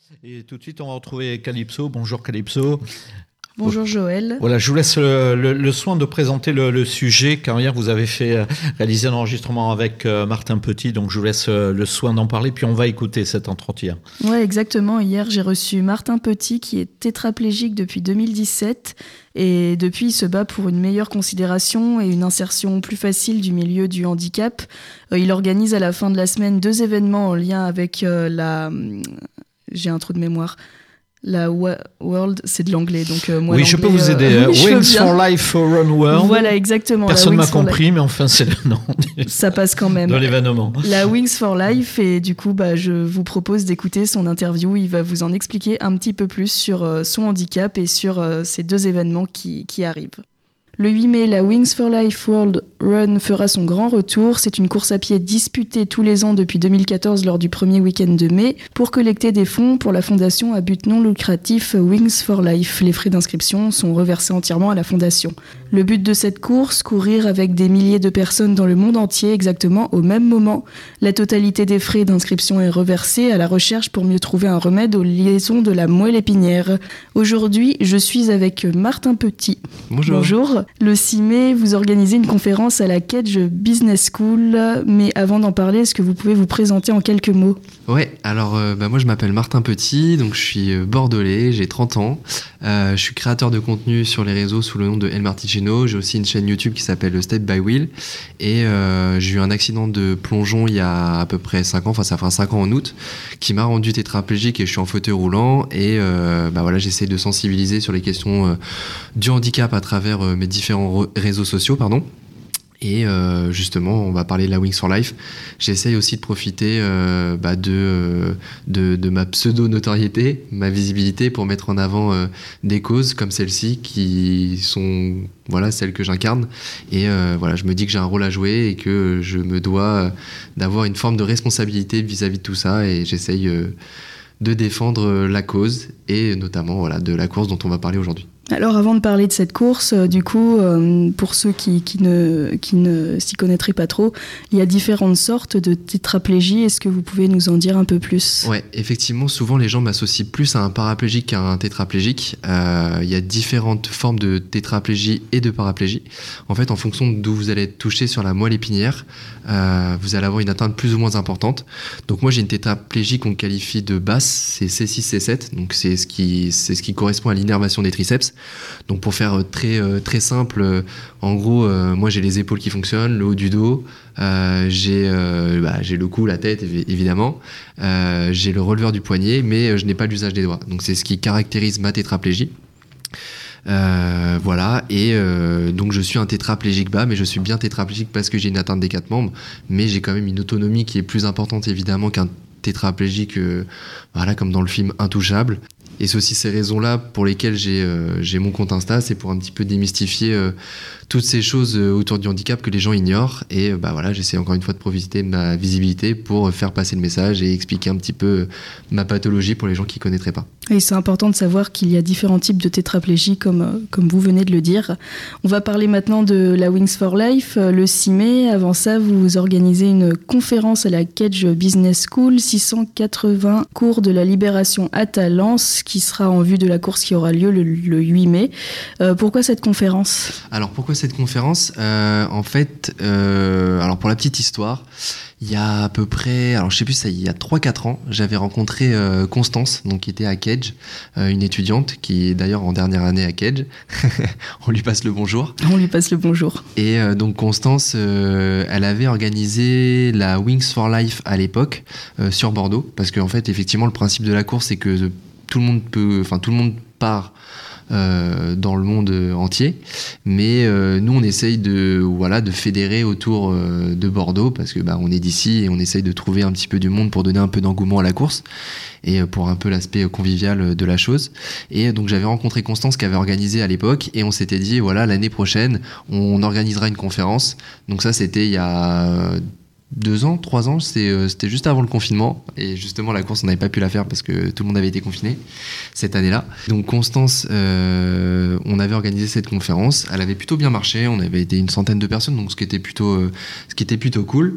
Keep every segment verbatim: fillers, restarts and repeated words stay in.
Et tout de suite, on va retrouver Calypso. Bonjour Calypso. Bonjour Joël. Voilà, je vous laisse le, le, le soin de présenter le, le sujet, car hier vous avez fait euh, réaliser un enregistrement avec euh, Martin Petit, donc je vous laisse euh, le soin d'en parler, puis on va écouter cet entretien. Ouais, exactement. Hier, j'ai reçu Martin Petit, qui est tétraplégique depuis deux mille dix-sept, et depuis, il se bat pour une meilleure considération et une insertion plus facile du milieu du handicap. Euh, il organise à la fin de la semaine deux événements en lien avec euh, la... J'ai un trou de mémoire. La wa- World, c'est de l'anglais, donc euh, moi oui, l'anglais, je peux vous aider. Euh, oui, Wings for Life for Run World. Voilà, exactement. Personne ne m'a compris, Life. mais enfin, c'est le nom. Du... Ça passe quand même. De l'événement. La Wings for Life, et du coup, bah, je vous propose d'écouter son interview. Il va vous en expliquer un petit peu plus sur euh, son handicap et sur euh, ces deux événements qui, qui arrivent. Le huit mai, la Wings for Life World Run fera son grand retour. C'est une course à pied disputée tous les ans depuis deux mille quatorze lors du premier week-end de mai pour collecter des fonds pour la fondation à but non lucratif Wings for Life. Les frais d'inscription sont reversés entièrement à la fondation. Le but de cette course, courir avec des milliers de personnes dans le monde entier exactement au même moment. La totalité des frais d'inscription est reversée à la recherche pour mieux trouver un remède aux liaisons de la moelle épinière. Aujourd'hui, je suis avec Martin Petit. Bonjour. Bonjour. Le six mai, vous organisez une conférence à la Kedge Business School, mais avant d'en parler, est-ce que vous pouvez vous présenter en quelques mots ? Ouais, alors euh, bah, moi je m'appelle Martin Petit, donc je suis euh, bordelais, j'ai trente ans, euh, je suis créateur de contenu sur les réseaux sous le nom de El Marticino, j'ai aussi une chaîne YouTube qui s'appelle Step by Wheel, et euh, j'ai eu un accident de plongeon il y a à peu près cinq ans, enfin ça fera cinq ans en août, qui m'a rendu tétraplégique et je suis en fauteuil roulant, et euh, bah, voilà, j'essaie de sensibiliser sur les questions euh, du handicap à travers euh, mes différents re- réseaux sociaux, pardon. Et euh, justement, on va parler de la Wings for Life. J'essaye aussi de profiter euh, bah de, euh, de, de ma pseudo-notoriété, ma visibilité pour mettre en avant euh, des causes comme celle-ci qui sont voilà, celles que j'incarne. Et euh, voilà, je me dis que j'ai un rôle à jouer et que je me dois d'avoir une forme de responsabilité vis-à-vis de tout ça. Et j'essaye euh, de défendre la cause et notamment voilà, de la course dont on va parler aujourd'hui. Alors avant de parler de cette course, euh, du coup, euh, pour ceux qui, qui, ne, qui ne s'y connaîtraient pas trop, il y a différentes sortes de tétraplégie. Est-ce que vous pouvez nous en dire un peu plus ? Ouais, effectivement, souvent les gens m'associent plus à un paraplégique qu'à un tétraplégique. Euh, il y a différentes formes de tétraplégie et de paraplégie. En fait, en fonction d'où vous allez être touché sur la moelle épinière, euh, vous allez avoir une atteinte plus ou moins importante. Donc moi, j'ai une tétraplégie qu'on qualifie de basse, c'est C six C sept, donc c'est ce qui, c'est ce qui correspond à l'innervation des triceps. Donc pour faire très, très simple, en gros, euh, moi j'ai les épaules qui fonctionnent, le haut du dos, euh, j'ai, euh, bah, j'ai le cou, la tête évidemment, euh, j'ai le releveur du poignet, mais je n'ai pas l'usage des doigts. Donc c'est ce qui caractérise ma tétraplégie. Euh, voilà, et euh, donc je suis un tétraplégique bas, mais je suis bien tétraplégique parce que j'ai une atteinte des quatre membres, mais j'ai quand même une autonomie qui est plus importante évidemment qu'un tétraplégique, euh, voilà, comme dans le film Intouchable. Et c'est aussi ces raisons-là pour lesquelles j'ai, euh, j'ai mon compte Insta, c'est pour un petit peu démystifier euh, toutes ces choses euh, autour du handicap que les gens ignorent. Et euh, bah voilà, j'essaie encore une fois de profiter de ma visibilité pour faire passer le message et expliquer un petit peu euh, ma pathologie pour les gens qui ne connaîtraient pas. Et c'est important de savoir qu'il y a différents types de tétraplégie, comme, euh, comme vous venez de le dire. On va parler maintenant de la Wings for Life. Euh, le six mai, avant ça, vous organisez une conférence à la Kedge Business School, six cent quatre-vingts cours de la libération à Talence, qui sera en vue de la course qui aura lieu le, le huit mai. Euh, pourquoi cette conférence ? Alors pourquoi cette conférence ? euh, En fait, euh, alors pour la petite histoire, il y a à peu près, alors je sais plus, ça, il y a trois quatre ans, j'avais rencontré euh, Constance, donc qui était à Kedge, euh, une étudiante qui est d'ailleurs en dernière année à Kedge. On lui passe le bonjour. On lui passe le bonjour. Et euh, donc Constance, euh, elle avait organisé la Wings for Life à l'époque euh, sur Bordeaux, parce qu'en fait, effectivement, le principe de la course, c'est que tout le monde peut, enfin tout le monde part euh, dans le monde entier, mais euh, nous on essaye de voilà de fédérer autour euh, de Bordeaux parce que bah on est d'ici et on essaye de trouver un petit peu du monde pour donner un peu d'engouement à la course et pour un peu l'aspect convivial de la chose. Et donc j'avais rencontré Constance qui avait organisé à l'époque et on s'était dit voilà l'année prochaine on organisera une conférence. Donc ça c'était il y a deux ans, trois ans, c'était, euh, c'était juste avant le confinement et justement la course on n'avait pas pu la faire parce que tout le monde avait été confiné cette année-là. Donc Constance, euh, on avait organisé cette conférence, elle avait plutôt bien marché, on avait été une centaine de personnes donc ce qui était plutôt, euh, ce qui était plutôt cool.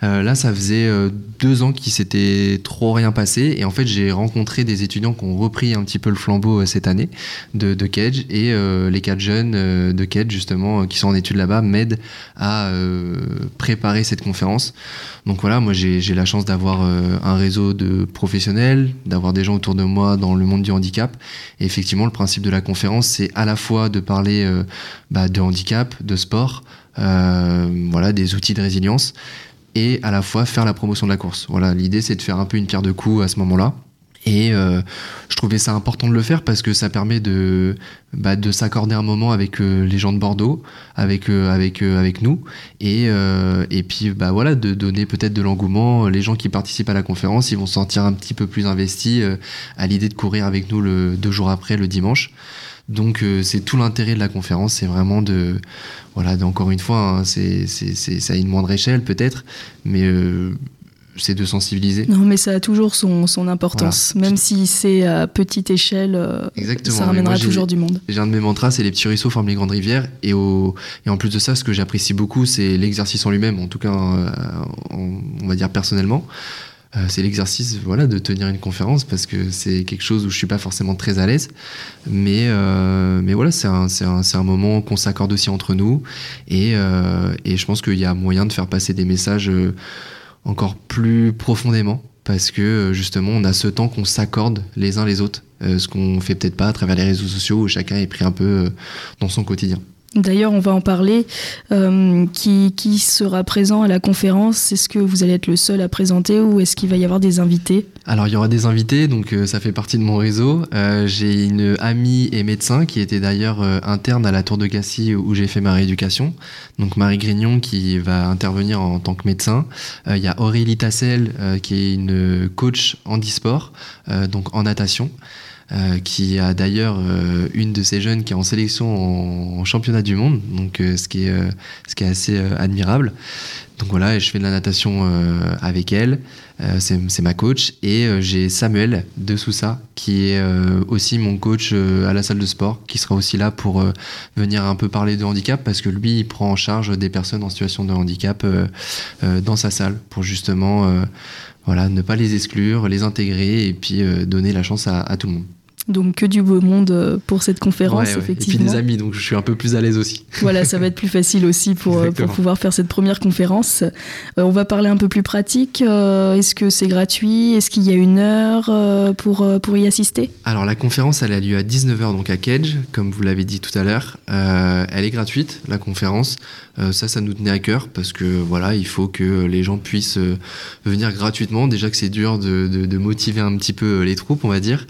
Euh, là, ça faisait euh, deux ans qu'il s'était trop rien passé. Et en fait, j'ai rencontré des étudiants qui ont repris un petit peu le flambeau euh, cette année de, de Cage. Et euh, les quatre jeunes euh, de Cage, justement, euh, qui sont en études là-bas, m'aident à euh, préparer cette conférence. Donc voilà, moi, j'ai, j'ai la chance d'avoir euh, un réseau de professionnels, d'avoir des gens autour de moi dans le monde du handicap. Et effectivement, le principe de la conférence, c'est à la fois de parler euh, bah, de handicap, de sport, euh, voilà, des outils de résilience, et à la fois faire la promotion de la course. Voilà, l'idée, c'est de faire un peu une pierre deux coups à ce moment-là. Et euh, je trouvais ça important de le faire parce que ça permet de, bah, de s'accorder un moment avec euh, les gens de Bordeaux, avec, euh, avec, euh, avec nous, et, euh, et puis bah, voilà, de donner peut-être de l'engouement. Les gens qui participent à la conférence, ils vont se sentir un petit peu plus investis euh, à l'idée de courir avec nous le, deux jours après, le dimanche. Donc euh, c'est tout l'intérêt de la conférence, c'est vraiment de, voilà, de, encore une fois, hein, c'est, c'est, c'est, c'est à une moindre échelle peut-être, mais euh, c'est de sensibiliser. Non, mais ça a toujours son, son importance, voilà. Même si c'est à petite échelle, euh, ça ramènera moi, toujours du monde. J'ai un de mes mantras, c'est les petits ruisseaux forment les grandes rivières, et, au, et en plus de ça, ce que j'apprécie beaucoup, c'est l'exercice en lui-même, en tout cas, euh, en, on va dire personnellement. Euh, c'est l'exercice, voilà, de tenir une conférence parce que c'est quelque chose où je suis pas forcément très à l'aise, mais euh, mais voilà, c'est un c'est un c'est un moment qu'on s'accorde aussi entre nous, et euh, et je pense qu'il y a moyen de faire passer des messages euh, encore plus profondément parce que justement on a ce temps qu'on s'accorde les uns les autres, euh, ce qu'on fait peut-être pas à travers les réseaux sociaux où chacun est pris un peu euh, dans son quotidien. D'ailleurs, on va en parler. Euh, qui, qui sera présent à la conférence ? Est-ce que vous allez être le seul à présenter ou est-ce qu'il va y avoir des invités ? Alors, il y aura des invités, donc euh, ça fait partie de mon réseau. Euh, j'ai une amie et médecin qui était d'ailleurs euh, interne à la Tour de Cassis où j'ai fait ma rééducation. Donc, Marie Grignon qui va intervenir en tant que médecin. Il euh, y a Aurélie Tassel euh, qui est une coach handisport, euh, donc en natation. Euh, qui a d'ailleurs euh, une de ces jeunes qui est en sélection en, en championnat du monde, donc euh, ce qui est euh, ce qui est assez euh, admirable. Donc voilà, et je fais de la natation euh, avec elle, euh, c'est, c'est ma coach, et euh, j'ai Samuel de Sousa qui est euh, aussi mon coach euh, à la salle de sport, qui sera aussi là pour euh, venir un peu parler de handicap parce que lui il prend en charge des personnes en situation de handicap euh, euh, dans sa salle pour justement euh, voilà, ne pas les exclure, les intégrer et puis euh, donner la chance à, à tout le monde. Donc que du beau monde pour cette conférence, ouais, ouais. effectivement. Et puis des amis, donc je suis un peu plus à l'aise aussi. Voilà, ça va être plus facile aussi pour, pour pouvoir faire cette première conférence. Euh, on va parler un peu plus pratique. Euh, est-ce que c'est gratuit ? Est-ce qu'il y a une heure euh, pour, pour y assister ? Alors la conférence, elle a lieu à dix-neuf heures donc à Cage, comme vous l'avez dit tout à l'heure. Euh, elle est gratuite, la conférence. Euh, ça, ça nous tenait à cœur parce que voilà, il faut que les gens puissent euh, venir gratuitement. Déjà que c'est dur de, de, de motiver un petit peu les troupes, on va dire.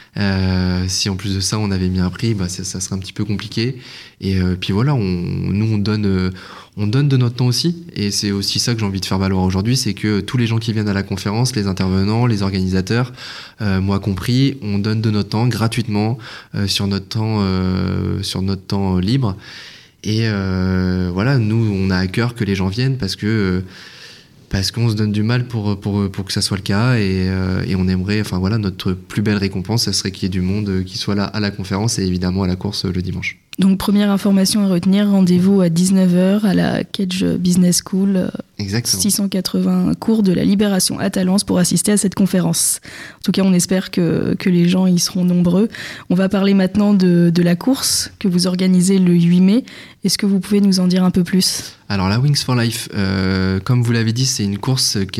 Euh, si en plus de ça on avait mis un prix, bah ça, ça serait un petit peu compliqué. Et euh, puis voilà, on, nous on donne, euh, on donne de notre temps aussi. Et c'est aussi ça que j'ai envie de faire valoir aujourd'hui, c'est que tous les gens qui viennent à la conférence, les intervenants, les organisateurs, euh, moi compris, on donne de notre temps gratuitement euh, sur notre temps, euh, sur notre temps libre. Et euh, voilà, nous on a à cœur que les gens viennent parce que euh, parce qu'on se donne du mal pour, pour, pour que ça soit le cas et, euh, et on aimerait, enfin voilà, notre plus belle récompense, ça serait qu'il y ait du monde qui soit là à la conférence et évidemment à la course le dimanche. Donc première information à retenir, rendez-vous à dix-neuf heures à la Cage Business School. Exactement. six cent quatre-vingts cours de la Libération à Talence pour assister à cette conférence. En tout cas, on espère que, que les gens y seront nombreux. On va parler maintenant de, de la course que vous organisez le huit mai. Est-ce que vous pouvez nous en dire un peu plus ? Alors la Wings for Life, euh, comme vous l'avez dit, c'est une course qui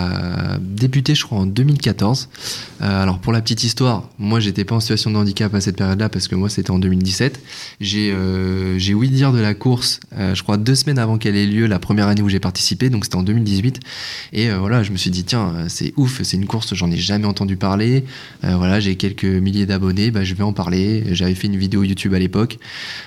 a débuté je crois en deux mille quatorze. Euh, alors pour la petite histoire, moi j'étais pas en situation de handicap à cette période-là parce que moi c'était en deux mille dix-sept. J'ai, euh, j'ai ouï dire de la course, euh, je crois deux semaines avant qu'elle ait lieu, la première année où j'ai participé, donc c'était en deux mille dix-huit. Et euh, voilà, je me suis dit tiens, c'est ouf, c'est une course, j'en ai jamais entendu parler. Euh, voilà, j'ai quelques milliers d'abonnés, bah, je vais en parler. J'avais fait une vidéo YouTube à l'époque.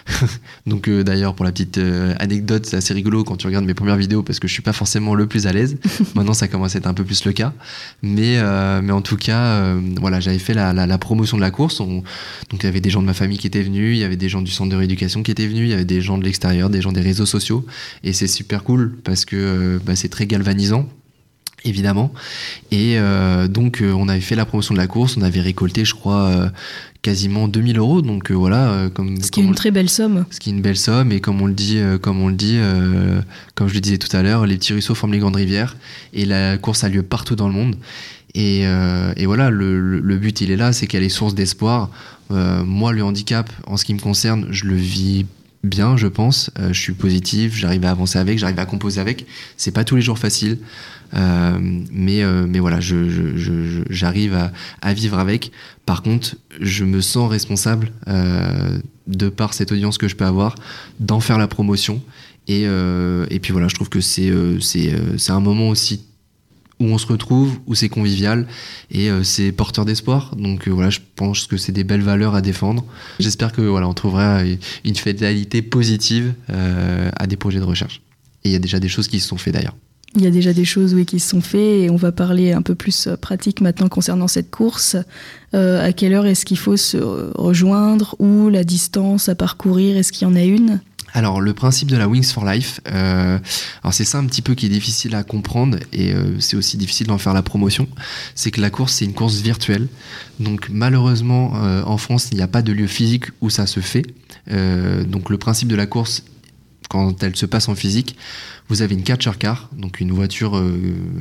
donc euh, d'ailleurs pour la petite euh, anecdote, c'est assez rigolo quand tu regardes mes premières vidéos parce que je suis pas forcément le plus à l'aise. Maintenant ça commence à être un peu plus le cas, mais euh, mais en tout cas euh, voilà, j'avais fait la, la, la promotion de la course. On, donc il y avait des gens de ma famille qui étaient venus, il y avait des gens du centre de rééducation qui étaient venus, il y avait des gens de l'extérieur, des gens des réseaux sociaux, et c'est super cool parce que euh, bah, c'est très galvanisant. évidemment. Et euh, donc, euh, on avait fait la promotion de la course, on avait récolté, je crois, euh, quasiment deux mille euros. Donc euh, voilà, euh, comme ce qui est une très belle somme. Ce qui est une belle somme. Et comme on le dit, euh, comme on le dit, euh, comme je le disais tout à l'heure, les petits ruisseaux forment les grandes rivières. Et la course a lieu partout dans le monde. Et, euh, et voilà, le, le, le but, il est là, c'est qu'elle est source d'espoir. Euh, moi, le handicap, en ce qui me concerne, je le vis bien, je pense. Euh, je suis positif, j'arrive à avancer avec, j'arrive à composer avec. C'est pas tous les jours facile. Euh, mais, euh, mais voilà, je, je, je, j'arrive à, à vivre avec. Par contre, je me sens responsable, euh, de par cette audience que je peux avoir, d'en faire la promotion. Et, euh, et puis voilà, je trouve que c'est, euh, c'est, euh, c'est un moment aussi où on se retrouve, où c'est convivial et euh, c'est porteur d'espoir. Donc euh, voilà, je pense que c'est des belles valeurs à défendre. J'espère que voilà, on trouvera une finalité positive euh, à des projets de recherche. Et il y a déjà des choses qui se sont faites d'ailleurs. Il y a déjà des choses, oui, qui se sont faites et on va parler un peu plus pratique maintenant concernant cette course. Euh, à quelle heure est-ce qu'il faut se rejoindre? Ou la distance à parcourir, est-ce qu'il y en a une? Alors, le principe de la Wings for Life, euh, alors c'est ça un petit peu qui est difficile à comprendre et euh, c'est aussi difficile d'en faire la promotion, c'est que la course, c'est une course virtuelle. Donc, malheureusement, euh, en France, il n'y a pas de lieu physique où ça se fait. Euh, donc, le principe de la course, quand elle se passe en physique, vous avez une catcher car, donc une voiture euh,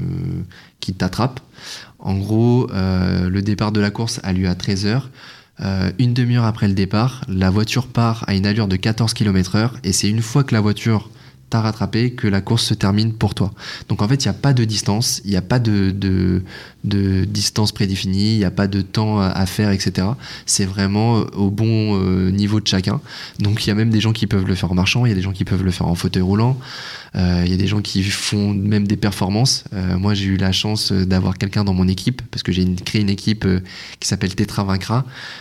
qui t'attrape. En gros, euh, le départ de la course a lieu à treize heures. Euh, une demi-heure après le départ, la voiture part à une allure de quatorze kilomètres heure et c'est une fois que la voiture t'a rattrapé que la course se termine pour toi. Donc en fait, il n'y a pas de distance, il n'y a pas de, de, de distance prédéfinie, il n'y a pas de temps à faire, et cetera. C'est vraiment au bon euh, niveau de chacun. Donc il y a même des gens qui peuvent le faire en marchant, il y a des gens qui peuvent le faire en fauteuil roulant, euh, il y a des gens qui font même des performances. Euh, moi, j'ai eu la chance d'avoir quelqu'un dans mon équipe, parce que j'ai une, créé une équipe euh, qui s'appelle Tetra Vaincra,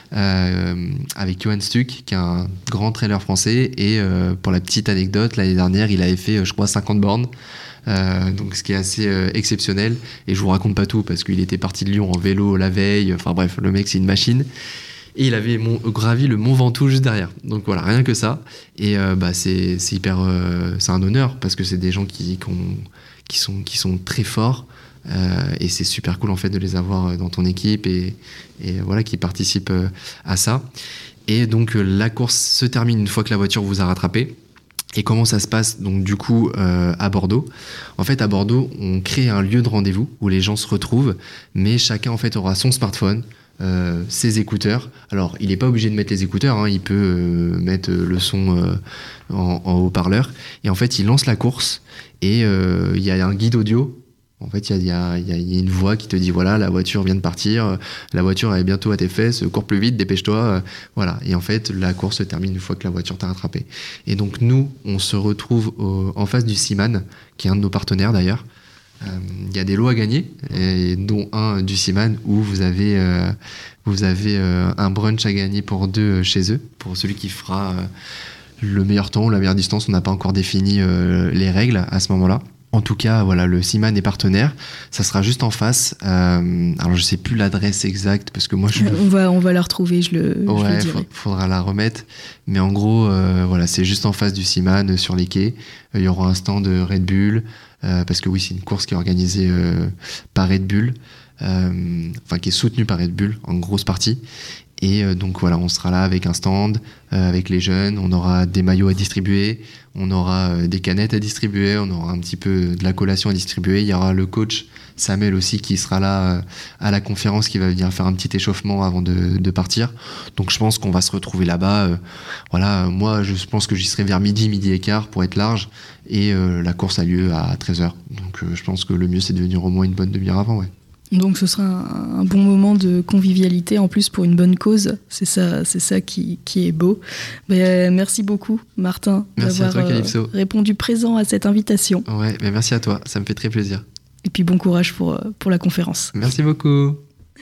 euh, avec Johan Stuck, qui est un grand trailer français. Et euh, pour la petite anecdote, l'année dernière, il avait fait, je crois, cinquante bornes. Euh, donc ce qui est assez euh, exceptionnel. Et je vous raconte pas tout, parce qu'il était parti de Lyon en vélo la veille. Enfin bref, le mec, c'est une machine. Et il avait mon, gravi le Mont Ventoux juste derrière. Donc voilà, rien que ça. Et euh, bah, c'est, c'est hyper... Euh, c'est un honneur, parce que c'est des gens qui, qui, ont, qui, sont, qui sont très forts. Euh, et c'est super cool en fait de les avoir dans ton équipe et, et voilà, qui participent euh, à ça. Et donc euh, la course se termine une fois que la voiture vous a rattrapé. Et comment ça se passe donc du coup euh, à Bordeaux? En fait, à Bordeaux, on crée un lieu de rendez-vous où les gens se retrouvent, mais chacun en fait aura son smartphone, euh, ses écouteurs. Alors, il n'est pas obligé de mettre les écouteurs, hein, il peut euh, mettre le son euh, en, en haut-parleur. Et en fait, il lance la course et euh, il y a un guide audio. En fait, il y a, y, a, y a une voix qui te dit voilà, la voiture vient de partir, la voiture est bientôt à tes fesses, cours plus vite, dépêche-toi. Euh, voilà. Et en fait, la course se termine une fois que la voiture t'a rattrapé. Et donc, nous, on se retrouve au, en face du Seaman, qui est un de nos partenaires d'ailleurs. Il euh, y a des lots à gagner, et dont un du Seaman où vous avez, euh, vous avez euh, un brunch à gagner pour deux chez eux, pour celui qui fera euh, le meilleur temps ou la meilleure distance. On n'a pas encore défini euh, les règles à ce moment-là. En tout cas, voilà, le Seaman est partenaire. Ça sera juste en face. Euh, alors, je sais plus l'adresse exacte parce que moi, je. Euh, on va, on va la retrouver. Je le. Ouais, je le dirai. F- faudra la remettre. Mais en gros, euh, voilà, c'est juste en face du Seaman, euh, sur les quais. Il euh, y aura un stand de Red Bull euh, parce que oui, c'est une course qui est organisée euh, par Red Bull, euh, enfin qui est soutenue par Red Bull en grosse partie. Et euh, donc voilà, on sera là avec un stand, euh, avec les jeunes, on aura des maillots à distribuer, on aura euh, des canettes à distribuer, on aura un petit peu de la collation à distribuer. Il y aura le coach Samuel aussi qui sera là euh, à la conférence, qui va venir faire un petit échauffement avant de, de partir. Donc je pense qu'on va se retrouver là-bas. Euh, voilà, moi je pense que j'y serai vers midi, midi et quart pour être large. Et euh, la course a lieu à treize heures. Donc euh, je pense que le mieux c'est de venir au moins une bonne demi-heure avant, ouais. Donc ce sera un, un bon moment de convivialité en plus pour une bonne cause. C'est ça, c'est ça qui, qui est beau. Mais, euh, merci beaucoup Martin merci d'avoir à toi, Calypso. euh, répondu présent à cette invitation. Ouais, mais merci à toi, ça me fait très plaisir. Et puis bon courage pour, pour la conférence. Merci beaucoup.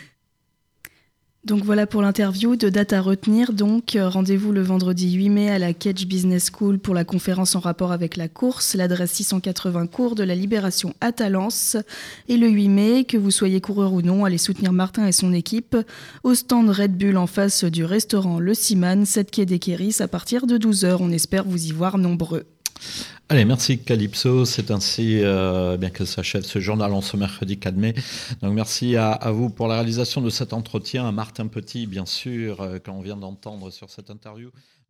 Donc voilà pour l'interview. De date à retenir, donc rendez-vous le vendredi huit mai à la Kedge Business School pour la conférence en rapport avec la course, l'adresse six cent quatre-vingts cours de la Libération à Talence. Et le huit mai, que vous soyez coureur ou non, allez soutenir Martin et son équipe au stand Red Bull en face du restaurant Le Seaman, sept quai des Quéris, à partir de douze heures. On espère vous y voir nombreux. Allez, merci Calypso. C'est ainsi euh, bien que s'achève ce journal en ce mercredi quatre mai. Donc merci à, à vous pour la réalisation de cet entretien, à Martin Petit, bien sûr, euh, qu'on vient d'entendre sur cette interview.